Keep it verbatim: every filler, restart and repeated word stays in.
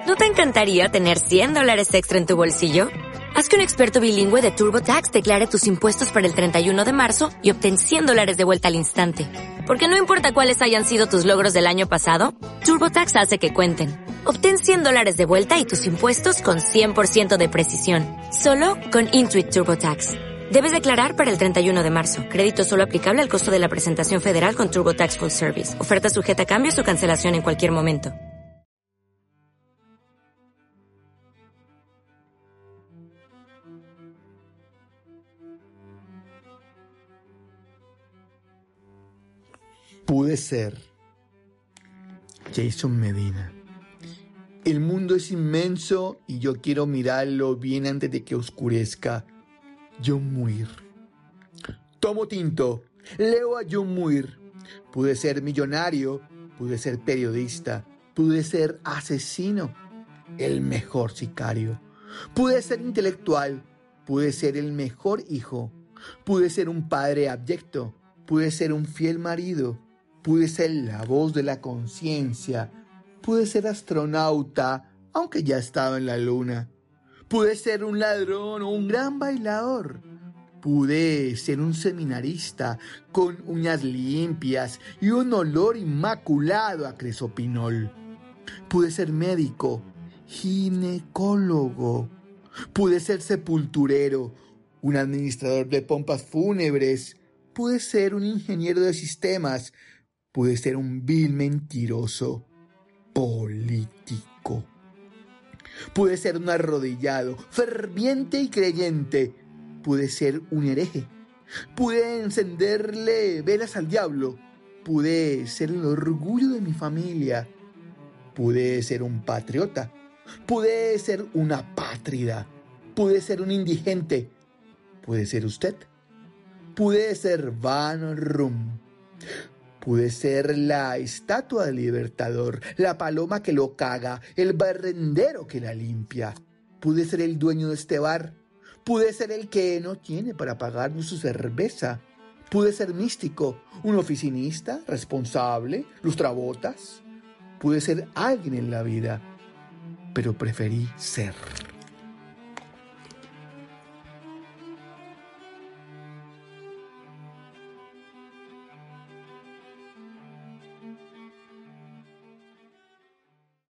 ¿No te encantaría tener cien dólares extra en tu bolsillo? Haz que un experto bilingüe de TurboTax declare tus impuestos para el treinta y uno de marzo y obtén cien dólares de vuelta al instante. Porque no importa cuáles hayan sido tus logros del año pasado, TurboTax hace que cuenten. Obtén cien dólares de vuelta y tus impuestos con cien por ciento de precisión. Solo con Intuit TurboTax. Debes declarar para el treinta y uno de marzo. Crédito solo aplicable al costo de la presentación federal con TurboTax Full Service. Oferta sujeta a cambios o cancelación en cualquier momento. Pude ser Jason Medina. El mundo es inmenso y yo quiero mirarlo bien antes de que oscurezca. John Muir. Tomo tinto. Leo a John Muir. Pude ser millonario. Pude ser periodista. Pude ser asesino. El mejor sicario. Pude ser intelectual. Pude ser el mejor hijo. Pude ser un padre abyecto. Pude ser un fiel marido. Pude ser la voz de la conciencia. Pude ser astronauta, aunque ya estaba en la luna. Pude ser un ladrón o un gran bailador. Pude ser un seminarista con uñas limpias y un olor inmaculado a cresopinol. Pude ser médico, ginecólogo. Pude ser sepulturero, un administrador de pompas fúnebres. Pude ser un ingeniero de sistemas. Pude ser un vil mentiroso político. Pude ser un arrodillado, ferviente y creyente. Pude ser un hereje. Pude encenderle velas al diablo. Pude ser el orgullo de mi familia. Pude ser un patriota. Pude ser una apátrida. Pude ser un indigente. Pude ser usted. Pude ser Van Rum. Pude ser la estatua del Libertador, la paloma que lo caga, el barrendero que la limpia. Pude ser el dueño de este bar. Pude ser el que no tiene para pagarnos su cerveza. Pude ser místico, un oficinista, responsable, lustrabotas. Pude ser alguien en la vida, pero preferí ser.